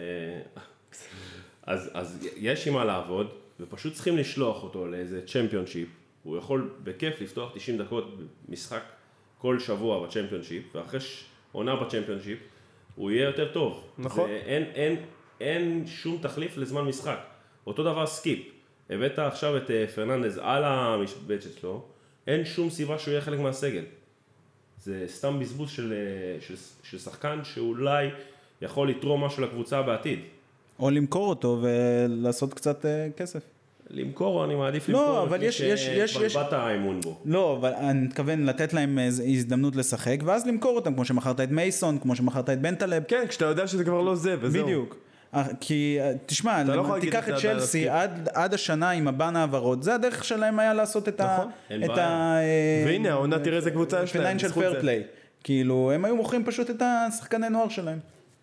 אז, אז יש עם מה לעבוד, ופשוט צריכים לשלוח אותו לאיזה צ'מפיונשיפ. הוא יכול בכיף לפתוח תשעים דקות משחק כל שבוע בצ'מפיונשיפ, ואחרי עונה בצ'מפיונשיפ, הוא יהיה יותר טוב. נכון. אין, אין, אין שום תחליף לזמן משחק. אותו דבר סקיפ. הבאת עכשיו את פרננדז על המשבצת שלו, אין שום סיבה שהוא יהיה חלק מהסגל. זה סתם בזבוז של, של, של שחקן שאולי יכול לתרום משהו לקבוצה בעתיד. או למכור אותו ולעשות קצת כסף. למכור, אני מעדיף לא, למכור אבל יש, יש, יש, יש... באת האמון בו. לא, אבל אני מתכוון לתת להם הזדמנות לשחק, ואז למכור אותם, כמו שמכרת את מייסון, כמו שמכרת את בנטלב. כן, כשאתה יודע שזה כבר לא זה, וזהו. בדיוק. כי, תשמע, לא תיקח את צ'לסי עד, עד השנה עם הבן העברות, זה הדרך שלהם היה לעשות את נכון, ה... את ה... והנה, העונה תראה איזה קבוצה יש להם, של פייר פליי. כאילו, הם היו מוכרים פשוט את השחקני נוער שלהם.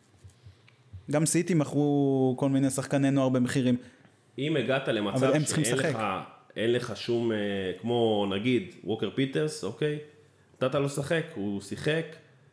גם סיטי מכרו כל מיני שחקני נוער במחירים. אם הגעת למצב שאין לך, אין לך שום, כמו נגיד, ווקר פיטרס, אוקיי? נתת לו לשחק, הוא שיחק,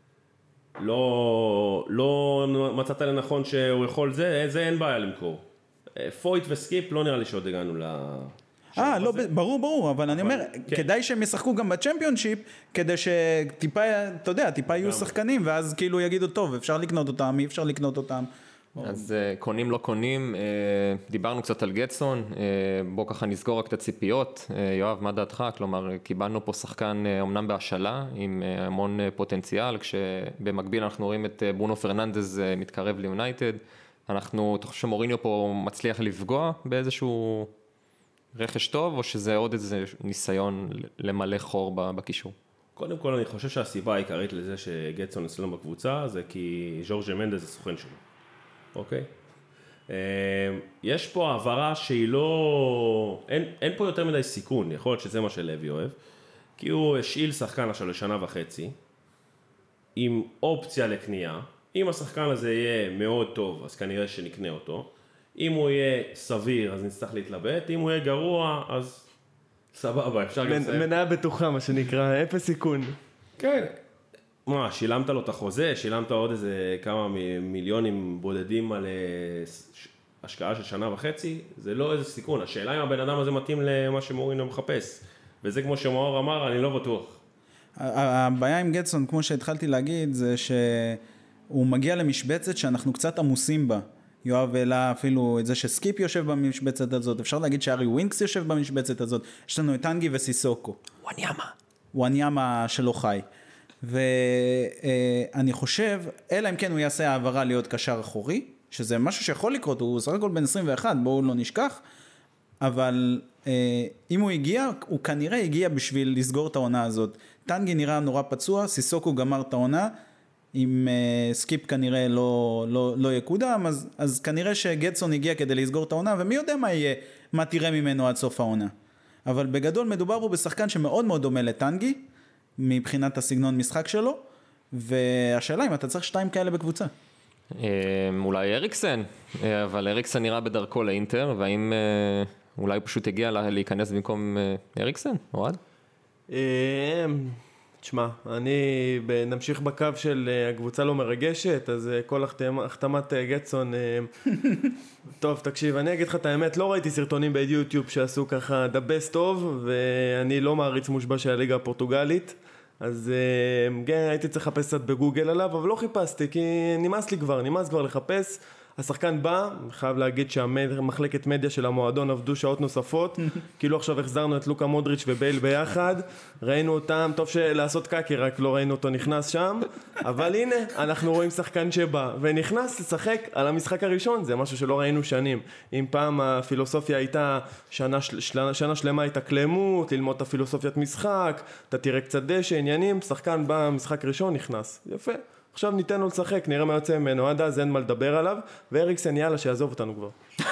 לא, לא מצאת לנכון שהוא יכול זה, זה אין בעיה למכור. פויט וסקיפ לא נראה לי שעוד הגענו ל... אה, לא, ברור, ברור, אבל אני אומר, כדאי שהם ישחקו גם בצ'מפיונשיפ, כדי שטיפה, אתה יודע, טיפה יהיו שחקנים, ואז כאילו יגידו, טוב, אפשר לקנות אותם, אי אפשר לקנות אותם. אז uh, קונים לא קונים, uh, דיברנו קצת על גטסון, uh, בוא ככה נסגור רק את הציפיות. uh, יואב, מה דעתך? כלומר, קיבלנו פה שחקן uh, אמנם בהשאלה, עם uh, המון uh, פוטנציאל, כשבמקביל אנחנו רואים את uh, ברונו פרננדז uh, מתקרב ליונייטד. אנחנו, אתה חושב שמוריניו פה מצליח לפגוע באיזשהו רכש טוב, או שזה עוד איזה ניסיון למלא חור בקישור? קודם כל, אני חושב שהסיבה העיקרית לזה שגטסון אצלנו בקבוצה, זה כי ז'ורג'ה מנדז זה סוכן שלו. אוקיי? יש פה העברה שהיא לא... אין, אין פה יותר מדי סיכון, יכול להיות שזה מה שלוי אוהב, כי הוא השאיל שחקן עכשיו לשנה וחצי, עם אופציה לקנייה. אם השחקן הזה יהיה מאוד טוב, אז כנראה שנקנה אותו. אם הוא יהיה סביר, אז נצטרך להתלבט. אם הוא יהיה גרוע, אז סבבה, אפשר גם לסיים. מניה בטוחה, מה שנקרא, אפס סיכון. כן. מה, שילמת לו את החוזה, שילמת עוד איזה כמה מיליונים בודדים על השקעה של שנה וחצי, זה לא איזה סיכון. השאלה אם הבן אדם הזה מתאים למה שמוריניו מחפש. וזה כמו שמאור אמר, אני לא בטוח. הבעיה עם גטסון, כמו שהתחלתי להגיד, זה שהוא מגיע למשבצת שאנחנו קצת עמוסים בה. יואב העלה אפילו את זה שסקיפ יושב במשבצת הזאת, אפשר להגיד שארי ווינקס יושב במשבצת הזאת, יש לנו את טנגי וסיסוקו. וואניאמה. וואניאמה שלא חי. ואני חושב, אלא אם כן הוא יעשה העברה להיות קשר אחורי, שזה משהו שיכול לקרות, הוא סך הכל בן עשרים ואחת, בואו לא נשכח, אבל אם הוא הגיע, הוא כנראה הגיע בשביל לסגור את העונה הזאת. טנגי נראה נורא פצוע, סיסוקו גמר את העונה, אם uh, סקיפ כנראה לא, לא, לא יקודם, אז, אז כנראה שגטסון הגיע כדי לסגור את העונה, ומי יודע מה יהיה, מה תראה ממנו עד סוף העונה. אבל בגדול מדובר פה בשחקן שמאוד מאוד דומה לטנגי, מבחינת הסגנון משחק שלו, והשאלה אם אתה צריך שתיים כאלה בקבוצה. אולי אריקסן, אבל אריקסן נראה בדרכו לאינטר, והאם אולי הוא פשוט הגיע להיכנס במקום אריקסן, אוהד? תשמע, אני נמשיך בקו של הקבוצה לא מרגשת, אז כל החתמת גטסון, טוב תקשיב, אני אגיד לך את האמת, לא ראיתי סרטונים ביוטיוב שעשו ככה the best of, ואני לא מעריץ מושבע של הליגה הפורטוגלית, אז כן, הייתי צריך לחפש קצת בגוגל עליו, אבל לא חיפשתי, כי נמאס לי כבר, נמאס כבר לחפש. השחקן בא, חייב להגיד שהמחלקת מדיה של המועדון עבדו שעות נוספות, כאילו עכשיו החזרנו את לוקה מודריץ' ובייל ביחד, ראינו אותם, טוב שלעשות קקי, רק לא ראינו אותו נכנס שם, אבל הנה, אנחנו רואים שחקן שבא, ונכנס לשחק על המשחק הראשון, זה משהו שלא ראינו שנים. אם פעם הפילוסופיה הייתה שנה, של, שנה שלמה התאקלמות, ללמוד את הפילוסופיית משחק, אתה תראה קצת דשא, עניינים, שחקן בא, משחק ראשון נכנס, יפה. עכשיו ניתן לו לשחק, נראה מה יוצא ממנו, עד אז אין מה לדבר עליו, ואריקסן יאללה שיעזוב אותנו כבר.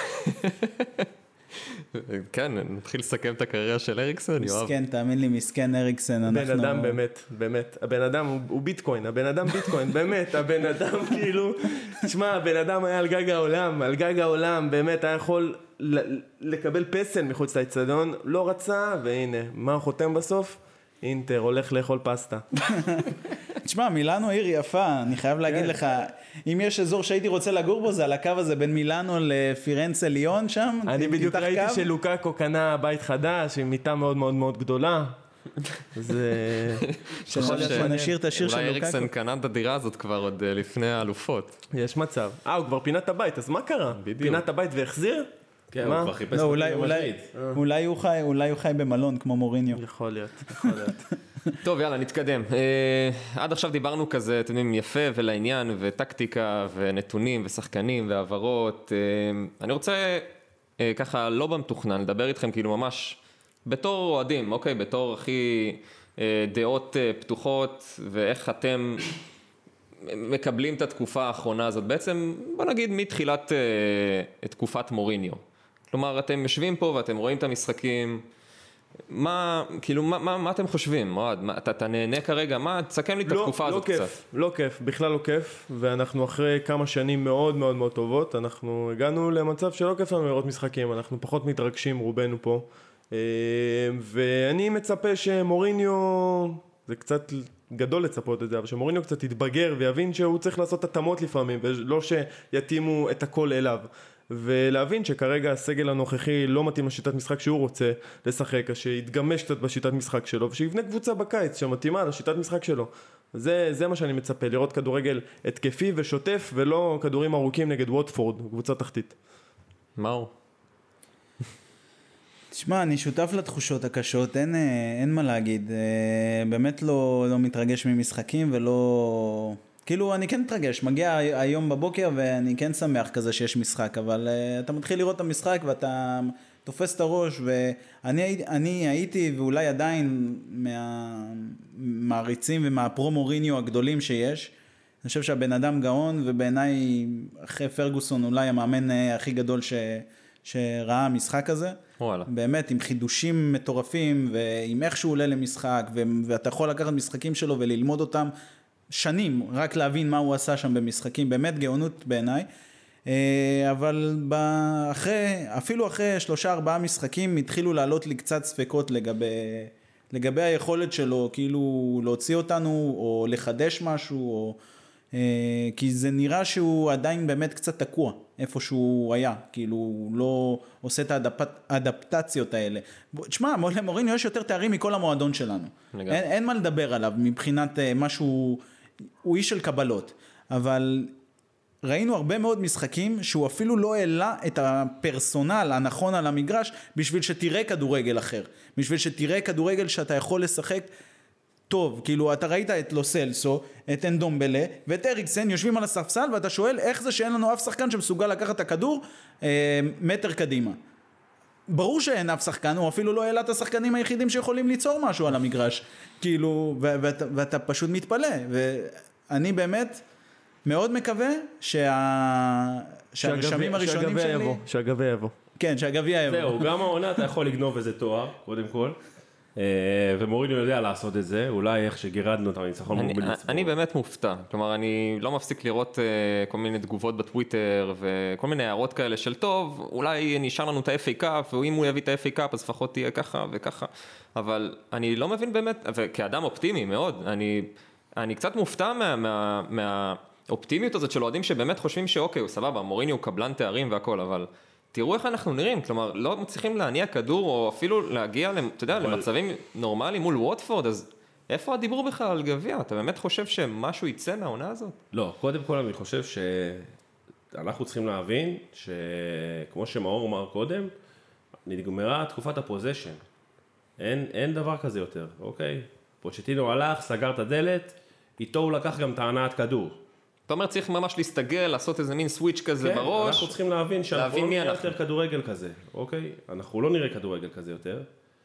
כן, נתחיל לסכם את הקריירה של אריקסן, יואב. מסכן, תאמין לי, מסכן אריקסן. בן אדם באמת, באמת, הבן אדם הוא, הוא ביטקוין, הבן אדם ביטקוין, באמת, הבן אדם כאילו, תשמע, הבן אדם היה על גג העולם, על גג העולם, באמת היה יכול לקבל פסל מחוץ לאצטדיון, לא רצה, והנה, מה הוא חותם בסוף? אינטר, הולך לאכול פסטה. תשמע, מילאנו עיר יפה, אני חייב להגיד לך, אם יש אזור שהייתי רוצה לגור בו, זה על הקו הזה בין מילאנו לפירנצה ליון שם. אני בדיוק ראיתי שלוקאקו קנה בית חדש, עם מיטה מאוד מאוד מאוד גדולה. זה... שנשאיר את השיר של לוקאקו. לוקאקו. אולי אריקסן קנה את הדירה הזאת כבר עוד לפני האלופות. יש מצב. אה, הוא כבר פינת את הבית, אז מה קרה? פינת הבית והחזיר? כן, הוא כבר חיפש לא, אולי, אולי, אולי הוא חי, אולי הוא חי במלון כמו מוריניו. יכול להיות, יכול להיות. טוב, יאללה, נתקדם. עד עכשיו דיברנו כזה, אתם יודעים, יפה ולעניין, וטקטיקה, ונתונים, ושחקנים, ועברות. אני רוצה ככה לא במתוכנן, לדבר איתכם כאילו ממש בתור אוהדים, אוקיי? בתור הכי דעות פתוחות, ואיך אתם מקבלים את התקופה האחרונה הזאת. בעצם, בוא נגיד, מתחילת תקופת מוריניו. כלומר, אתם יושבים פה ואתם רואים את המשחקים, מה, כאילו, מה, מה, מה אתם חושבים? מועד, מה, אתה, אתה נהנה כרגע? מה, תסכם לי את לא, התקופה לא הזאת כיף, קצת. לא כיף, בכלל לא כיף, ואנחנו אחרי כמה שנים מאוד מאוד מאוד טובות, אנחנו הגענו למצב שלא כיף לנו לראות משחקים, אנחנו פחות מתרגשים רובנו פה, ואני מצפה שמוריניו, זה קצת גדול לצפות את זה, אבל שמוריניו קצת יתבגר ויבין שהוא צריך לעשות התאמות לפעמים, ולא שיתאימו את הכל אליו. ולהבין שכרגע הסגל הנוכחי לא מתאים לשיטת משחק שהוא רוצה לשחק, שיתגמש קצת בשיטת משחק שלו, ושיבנה קבוצה בקיץ שמתאימה לשיטת משחק שלו. זה, זה מה שאני מצפה, לראות כדורגל התקפי ושוטף, ולא כדורים ארוכים נגד ווטפורד, קבוצה תחתית. מאור. תשמע, אני שותף לתחושות הקשות, אין, אין מה להגיד. באמת לא, לא מתרגש ממשחקים ולא... כאילו, אני כן מתרגש. מגיע היום בבוקר ואני כן שמח כזה שיש משחק, אבל אתה מתחיל לראות את המשחק ואתה תופס את הראש, ואני אני הייתי ואולי עדיין מהמעריצים ומהפרו מוריניו הגדולים שיש. אני חושב שהבן אדם גאון, ובעיניי אחרי פרגוסון אולי המאמן הכי גדול ש... שראה המשחק הזה. וואלה. באמת עם חידושים מטורפים, ועם איך שהוא עולה למשחק, ו... ואתה יכול לקחת משחקים שלו וללמוד אותם שנים, רק להבין מה הוא עשה שם במשחקים, באמת גאונות בעיניי. אבל אחרי, אפילו אחרי שלושה ארבעה משחקים התחילו לעלות לי קצת ספקות לגבי, לגבי היכולת שלו, כאילו להוציא אותנו או לחדש משהו, או, כי זה נראה שהוא עדיין באמת קצת תקוע איפה שהוא היה, כאילו הוא לא עושה את האדפטציות האלה. תשמע, למוריניו יש יותר תארים מכל המועדון שלנו, אין, אין מה לדבר עליו מבחינת משהו, הוא איש של קבלות, אבל ראינו הרבה מאוד משחקים שהוא אפילו לא העלה את הפרסונל הנכון על המגרש בשביל שתראה כדורגל אחר, בשביל שתראה כדורגל שאתה יכול לשחק טוב. כאילו אתה ראית את לוסלסו, את אנדומבלה ואת אריקסן יושבים על הספסל, ואתה שואל איך זה שאין לנו אף שחקן שמסוגל לקחת את הכדור אה, מטר קדימה. ברור שאין אף שחקן, הוא אפילו לא העלה את השחקנים היחידים שיכולים ליצור משהו על המגרש, כאילו, ו- ואתה, ואתה פשוט מתפלא, ואני באמת מאוד מקווה שה... שהרשמים הראשונים שלי... יבוא, שהגביע יבוא. כן, שהגביע יבוא. זהו, גם העונה אתה יכול לגנוב איזה תואר, קודם כל. ומוריניו יודע לעשות את זה, אולי איך שגירדנו את הניצחון מול מידלסבורג. אני באמת מופתע, כלומר אני לא מפסיק לראות כל מיני תגובות בטוויטר וכל מיני הערות כאלה של טוב, אולי נשאר לנו את ה-אף איי קאפ, ואם הוא יביא את ה-אף איי קאפ אז לפחות תהיה ככה וככה, אבל אני לא מבין באמת, וכאדם אופטימי מאוד, אני, אני קצת מופתע מה, מה, מהאופטימיות הזאת של אוהדים שבאמת חושבים שאוקיי, הוא סבבה, מוריניו הוא קבלן תארים והכל, אבל תראו איך אנחנו נראים, כלומר, לא מצליחים להניע כדור, או אפילו להגיע, אתה יודע, למצבים נורמליים מול ווטפורד, אז איפה הדיבור בכלל על גביע? אתה באמת חושב שמשהו יצא מהעונה הזאת? לא, קודם כל אני חושב שאנחנו צריכים להבין, שכמו שמאור אמר קודם, נגמרה תקופת הפוזיישן. אין, אין דבר כזה יותר, אוקיי? פוצ'טינו הלך, סגר את הדלת, איתו הוא לקח גם את הענת כדור. אתה אומר, צריך ממש להסתגל, לעשות איזה מין סוויץ' כזה כן, בראש. אנחנו צריכים להבין שאנחנו לא נראה אנחנו. יותר כדורגל כזה, אוקיי? אנחנו לא נראה כדורגל כזה יותר,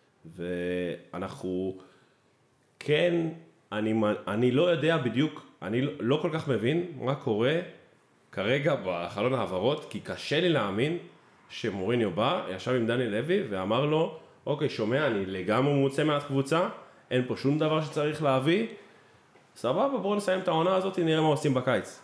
ואנחנו, כן, אני, אני לא יודע בדיוק, אני לא כל כך מבין מה קורה כרגע בחלון העברות, כי קשה לי להאמין שמוריניו בא, ישב עם דני לוי ואמר לו, אוקיי, שומע, אני לגמרי מוצא מעט קבוצה, אין פה שום דבר שצריך להביא, סבבה, בואו נסיים את העונה הזאת, נראה מה עושים בקיץ.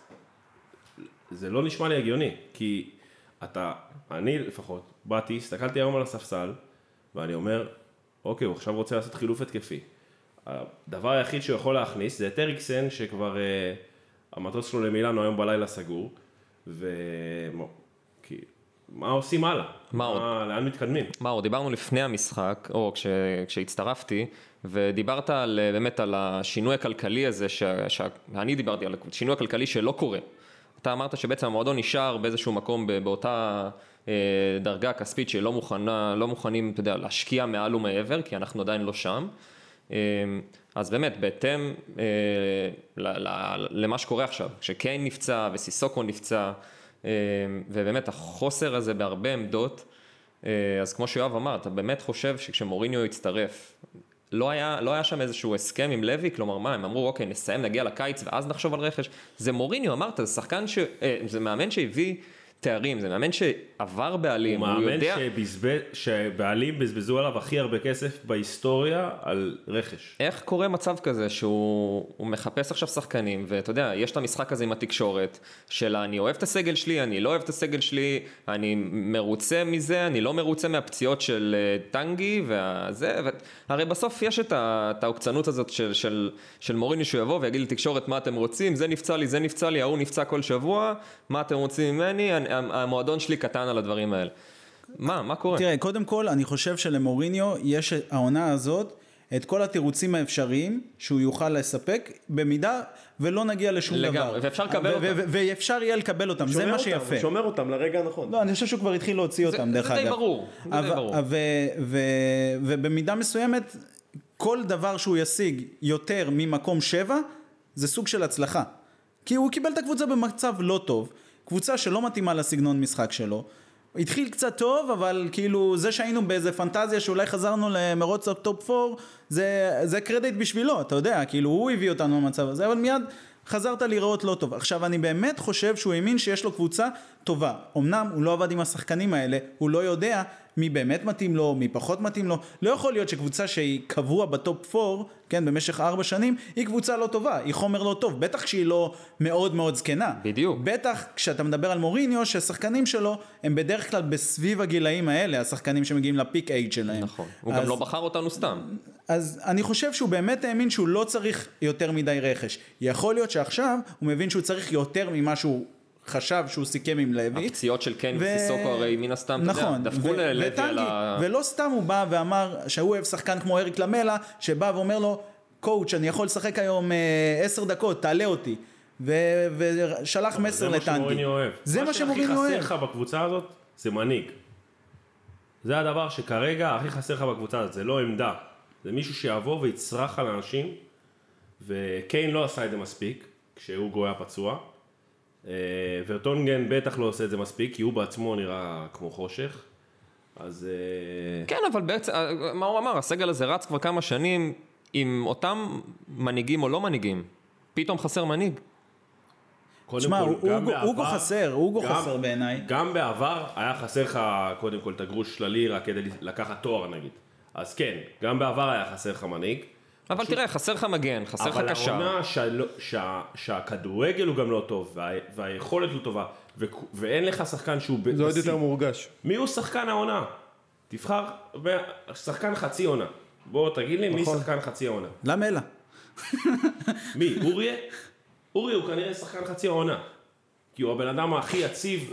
זה לא נשמע לי הגיוני, כי אתה, אני לפחות, באתי, הסתכלתי היום על הספסל, ואני אומר, אוקיי, הוא עכשיו רוצה לעשות חילוף התקפי. הדבר היחיד שהוא יכול להכניס, זה את אריקסן, שכבר אה, המטוס שלו למילאנו היום בלילה סגור, ו... כי... מה עושים הלאה? מה עוד? לאן מתקדמים? מה עוד? דיברנו לפני המשחק, או כש, כשהצטרפתי, ודיברת על, באמת על השינוי הכלכלי הזה, ש, שאני דיברתי על השינוי הכלכלי שלא קורה. אתה אמרת שבעצם המועדון נשאר באיזשהו מקום באותה אה, דרגה כספית שלא מוכנה, לא מוכנים, אתה יודע, להשקיע מעל ומעבר, כי אנחנו עדיין לא שם. אה, אז באמת, בהתאם אה, ל, ל, למה שקורה עכשיו, שקיין נפצע וסיסוקו נפצע, ובאמת החוסר הזה בהרבה עמדות, אז כמו שיואב אמר, אתה באמת חושב שכשמוריניו יצטרף, לא היה, לא היה שם איזשהו הסכם עם לוי, כלומר מה, הם אמרו אוקיי נסיים, נגיע לקיץ ואז נחשוב על רכש, זה מוריניו, אמרת, זה שחקן ש... זה מאמן שהביא תארים, זה מאמן שעבר בעלים, הוא, הוא מאמן יודע... שבזבז, שבעלים בזבזו עליו הכי הרבה כסף בהיסטוריה על רכש. איך קורה מצב כזה שהוא מחפש עכשיו שחקנים, ואתה יודע, יש את המשחק הזה עם התקשורת, של אני אוהב את הסגל שלי, אני לא אוהב את הסגל שלי, אני מרוצה מזה, אני לא מרוצה מהפציעות של טנגי, וזה, הרי בסוף יש את העוקצנות הזאת של, של, של מוריניו שהוא יבוא ויגיד לתקשורת מה אתם רוצים, זה נפצע לי, זה נפצע לי, ההוא נפצע כל שבוע, מה אתם רוצים ממני, המועדון שלי קטן על הדברים האלה. מה, מה קורה? תראה, קודם כל, אני חושב שלמוריניו יש העונה הזאת את כל התירוצים האפשריים שהוא יוכל לספק, במידה ולא נגיע לשום לגמרי, דבר. ואפשר לקבל אותם. ואפשר יהיה לקבל אותם, זה מה שיפה. הוא שומר אותם לרגע הנכון. לא, אני חושב שהוא כבר התחיל להוציא אותם, דרך אגב. זה די ברור, זה די ברור. ובמידה מסוימת, כל דבר שהוא ישיג יותר ממקום שבע, זה סוג של הצלחה. כי הוא קיבל את הקבוצה במצב לא טוב, קבוצה שלא מתאימה לסגנון משחק שלו, התחיל קצת טוב, אבל כאילו זה שהיינו באיזה פנטזיה שאולי חזרנו למרוץ הטופ ארבע, זה, זה קרדיט בשבילו, אתה יודע, כאילו הוא הביא אותנו למצב הזה, אבל מיד חזרת לראות לא טוב. עכשיו אני באמת חושב שהוא האמין שיש לו קבוצה טובה, אמנם הוא לא עבד עם השחקנים האלה, הוא לא יודע מי באמת מתאים לו, מי פחות מתאים לו, לא יכול להיות שקבוצה שהיא קבוע בטופ ארבע, כן, במשך ארבע שנים, היא קבוצה לא טובה, היא חומר לא טוב, בטח כשהיא לא מאוד מאוד זקנה. בדיוק. בטח כשאתה מדבר על מוריניו, שהשחקנים שלו הם בדרך כלל בסביב הגילאים האלה, השחקנים שמגיעים לפיק אייג' שלהם. נכון, הוא אז, גם לא בחר אותנו סתם. אז אני חושב שהוא באמת האמין שהוא לא צריך יותר מדי רכש. יכול להיות שעכשיו הוא מבין שהוא צריך יותר ממה שהוא חשב שהוא סיכם עם לוי. הפציעות של קן וסיסוקו הרי מן הסתם, נכון, אתה יודע, דפקו ללוי על ה... ולא סתם הוא בא ואמר שהוא אוהב שחקן כמו אריק למלה, שבא ואומר לו, קואוץ', אני יכול לשחק היום עשר דקות, תעלה אותי. ושלח מסר לטנגי. זה מה שמוריניו אוהב. זה מה שמוריניו אוהב. מה שהכי חסר לך בקבוצה הזאת, זה מנהיג. זה הדבר שכרגע הכי חסר לך בקבוצה הזאת, זה לא עמדה. זה מישהו שיעבור ויצרח על אנשים, וקיין לא עשה את זה מספיק, כשהוא גויה פצוע. ורטונגן בטח לא עושה את זה מספיק, כי הוא בעצמו נראה כמו חושך. אז... כן, אבל בעצם, מה הוא אמר? הסגל הזה רץ כבר כמה שנים עם אותם מנהיגים או לא מנהיגים. פתאום חסר מנהיג. תשמע, אוגו חסר, אוגו חסר בעיניי. גם בעבר היה חסר לך קודם כל את הגרוש של הלירה כדי לקחת תואר נגיד. אז כן, גם בעבר היה חסר לך מנהיג. אבל תראה, חסר לך מגן, חסר לך קשר. אבל העונה שהכדורגל הוא גם לא טוב, והיכולת לא טובה, ואין לך שחקן שהוא... זה עוד יותר מורגש. מי הוא שחקן העונה? תבחר שחקן חצי עונה. בוא תגיד לי מי שחקן חצי העונה. למה אלא? מי? אוריה? אוריה הוא כנראה שחקן חצי העונה. כי הוא הבן אדם הכי יציב.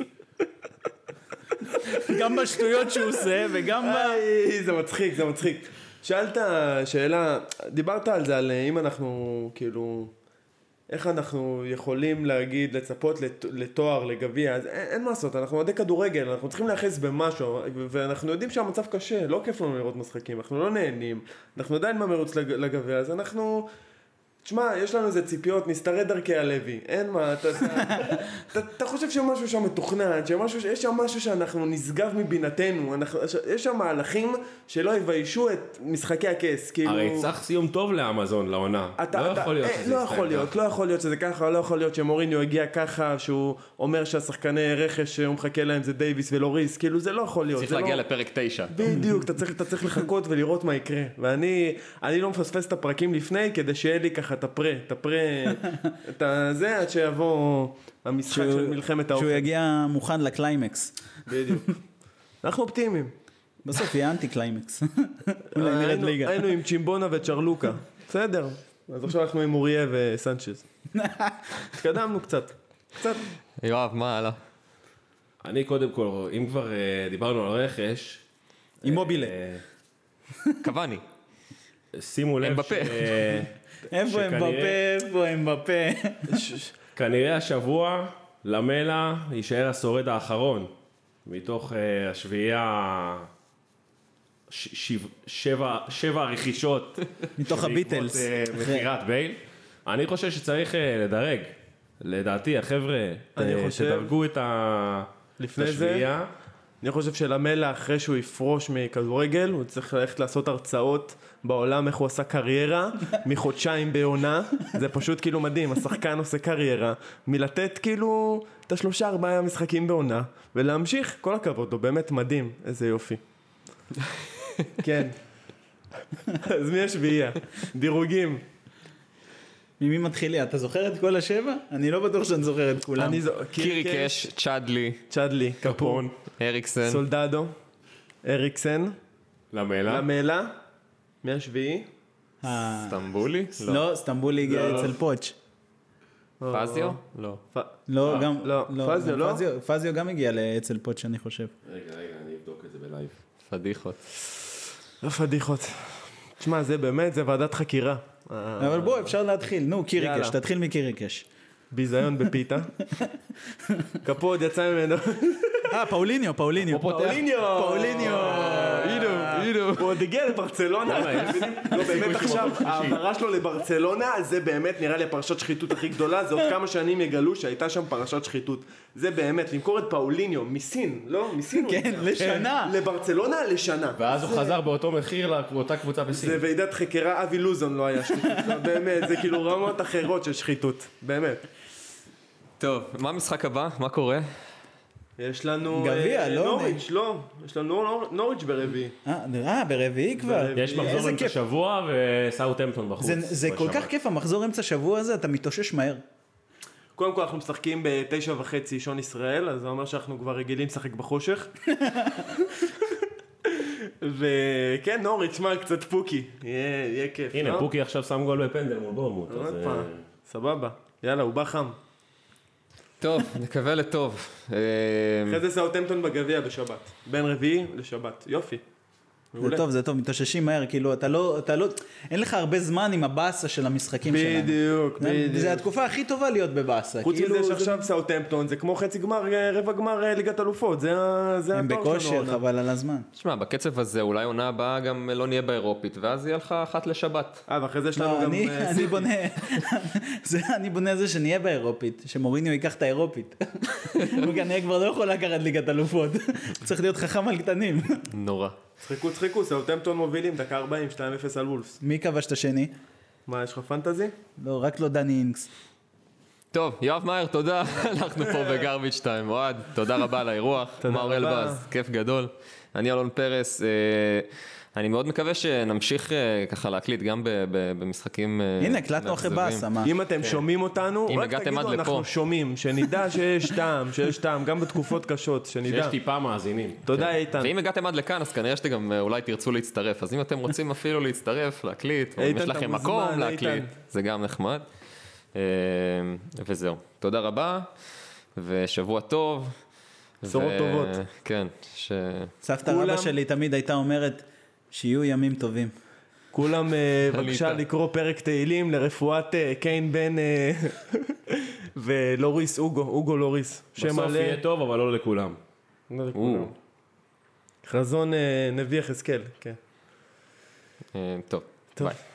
גם בשטויות שהוא עושה וגם ב... זה מצחיק, זה מצחיק. שאלת שאלה, דיברת על זה, על אם אנחנו כאילו, איך אנחנו יכולים להגיד, לצפות לתואר, לגביע, אז אין, אין מה לעשות, אנחנו עדי כדורגל, אנחנו צריכים להכניס במשהו, ואנחנו יודעים שהמצב קשה, לא כיף לנו לראות משחקים, אנחנו לא נהנים, אנחנו עדיין במרוץ לגביע, אז אנחנו... תשמע, יש לנו איזה ציפיות, נסתרד דרכי הלוי, אין מה, אתה, אתה, אתה, אתה חושב שמשהו שם מתוכנן, שמשהו, יש שם משהו שאנחנו נשגב מבינתנו, אנחנו, יש שם מהלכים שלא יביישו את משחקי הכס, כאילו... הרי צריך סיום טוב לאמזון, לעונה, אתה, לא אתה, יכול להיות אה, שזה לא יכול להיות, לא יכול להיות שזה ככה, לא יכול להיות שמוריניו הגיע ככה, שהוא אומר שהשחקני רכש שהוא מחכה להם זה דייביס ולוריס, כאילו זה לא יכול להיות. צריך להגיע לא... לפרק תשע. בדיוק, אתה צריך, אתה צריך לחכות ולראות מה יקרה, ואני, אני לא מפספס את הפרקים לפני, כדי שיהיה לי ככה את הפרה, את הפרה, את הזה, עד שיבוא המשחק של מלחמת האופן. שהוא יגיע מוכן לקליימקס. בדיוק. אנחנו אופטימיים. בסוף יהיה אנטי קליימקס. אולי נרד ליגה. היינו עם צ'ימבונה וצ'רלוקה. בסדר. אז עכשיו אנחנו עם אוריה וסנצ'ז. התקדמנו קצת. קצת. יואב, מה הלאה? אני קודם כל, אם כבר דיברנו על רכש... עם מובילה. קוואני. שימו לב ש... איפה הם בפה, איפה הם בפה. כנראה השבוע למלה יישאר השורד האחרון, מתוך השביעייה שבע הרכישות. מתוך הביטלס. מחירת בייל. אני חושב שצריך לדרג. לדעתי החבר'ה שדרגו את השביעייה. אני חושב שלמלה אחרי שהוא יפרוש מכדורגל, הוא צריך ללכת לעשות הרצאות בעולם איך הוא עשה קריירה, מחודשיים בעונה, זה פשוט כאילו מדהים, השחקן עושה קריירה, מלתת כאילו את השלושה ארבעה משחקים בעונה, ולהמשיך, כל הכבוד לו, באמת מדהים, איזה יופי. כן. אז מי השביעייה? דירוגים. ממי מתחילי? אתה זוכר את כל השבע? אני לא בטוח שאני זוכר את כולם. קיריקש, צ'אדלי, צ'אדלי, קפון, אריקסן, סולדדו, אריקסן, למלה, למלה, מי השביעי? סטמבולי? לא, סטמבולי הגיע אצל פוץ'. פזיו? לא. לא, גם, לא, פזיו לא? פזיו גם הגיע אצל פוץ' אני חושב. רגע, רגע, אני אבדוק את זה בלייב. פדיחות. לא פדיחות. תשמע, זה באמת, זה ועדת חקירה. אבל בוא, אפשר להתחיל. נו, קיריקש, יאללה. תתחיל מקיריקש. ביזיון בפיתה. קפוד יצא ממנו. אה, פאוליניו, פאוליניו. פאוליניו! פאוליניו! אידו, אידו. הוא עוד הגיע לברצלונה. לא, באמת עכשיו, ההעברה שלו לברצלונה, זה באמת נראה לי הפרשת שחיתות הכי גדולה, זה עוד כמה שנים יגלו שהייתה שם פרשת שחיתות. זה באמת, למכור את פאוליניו מסין, לא? מסין? כן, לשנה. לברצלונה לשנה. ואז הוא חזר באותו מחיר לאותה קבוצה בסין. זה ועידת חקירה, אבי לוזון לא היה שחיתות. לא, באמת, זה כאילו רמות אחרות של שחיתות. באמת. טוב, מה המשחק הבא? מה קורה? יש לנו... גביע, אה, לא? נוריץ', לא. יש לנו נור- נוריץ' ברביעי. אה, אה, ברביעי כבר. ברביעי. יש מחזור איזה אמצע כיף. שבוע וסאוטהמפטון בחוץ. זה- זה כל בשבת. כך כיף, המחזור אמצע שבוע הזה, אתה מתאושש מהר. קודם כל אנחנו משחקים בתשע וחצי שעון ישראל, אז זה אומר שאנחנו כבר רגילים לשחק בחושך. וכן, נוריץ', מה, קצת פוקי. יהיה יהיה כיף, הנה, לא? פוקי עכשיו שם גול בפנדל מול בורנמוט. אז, עוד אה, פעם, סבבה. יאללה, הוא בא חם. טוב, נקווה לטוב. אה, אחרי זה סאוטהמפטון בגביע בשבת. בין רביעי לשבת. יופי. זה מעולה. טוב, זה טוב, מתאוששים מהר, כאילו, אתה לא, אתה לא, אין לך הרבה זמן עם הבאסה של המשחקים שלנו. בדיוק, זה- בדיוק. זה התקופה הכי טובה להיות בבאסה. חוץ כאילו, מזה זה- שעכשיו סאוטהמפטון זה כמו חצי גמר, אה, רבע גמר אה, ליגת אלופות. זה ה- זה הם התואר שלנו. בכושר, העונה. חבל על הזמן. תשמע, בקצב הזה אולי עונה הבאה גם לא נהיה באירופית, ואז יהיה לך אחת לשבת. אה, ואחרי זה יש לנו לא, גם... אני, אה, אני בונה, זה, אני בונה זה שנהיה באירופית, שמוריניו ייקח את האירופית. הוא כנראה כבר לא יכול לקחת ליגת אלופות, הוא צריך להיות חכם על קטנים. נורא. צחקו, צחקו, סאוטהמפטון מובילים, דקה ארבעים, שתיים אפס על וולפס. מי כבש את השני? מה, יש לך פנטזי? לא, רק לא דני אינגס. טוב, יואב מאיר, תודה. אנחנו פה בגרביץ' טיים. אוהד, תודה רבה על האירוח. תודה מאור רבה. אלבז, כיף גדול. אני אלון פרס. אה, אני מאוד מקווה שנמשיך אה, ככה להקליט גם ב- ב- במשחקים אה, הנה, הקלטנו אחרי מאכזבים. באסה, מה? אם אתם שומעים אותנו, אם רק הגעתם עד תגידו, לפה. אנחנו שומעים, שנדע שיש טעם, שיש טעם, גם בתקופות קשות, שנדע. שיש טיפה מאזינים. תודה איתן. ואם הגעתם עד לכאן, אז כנראה שאתם גם אה, אולי תרצו להצטרף. אז אם אתם רוצים אפילו להצטרף, להקליט, או אם איתן, יש אתה לכם מוזמן, מקום איתן. להקליט, זה גם נחמד. אה, וזהו. תודה רבה, ושבוע טוב. בשורות ו- טובות. כן, ש... סבתא כולם- רבא שלי תמיד הייתה אומרת שיהיו ימים טובים. כולם אה, בבקשה איתן. לקרוא פרק תהילים לרפואת אה, קיין בן אה, ולוריס אוגו, אוגו לוריס. שם בסוף מלא. יהיה טוב, אבל לא לכולם. לא לכולם. חזון אה, נביא יחזקאל, כן. אה, טוב, טוב. ביי.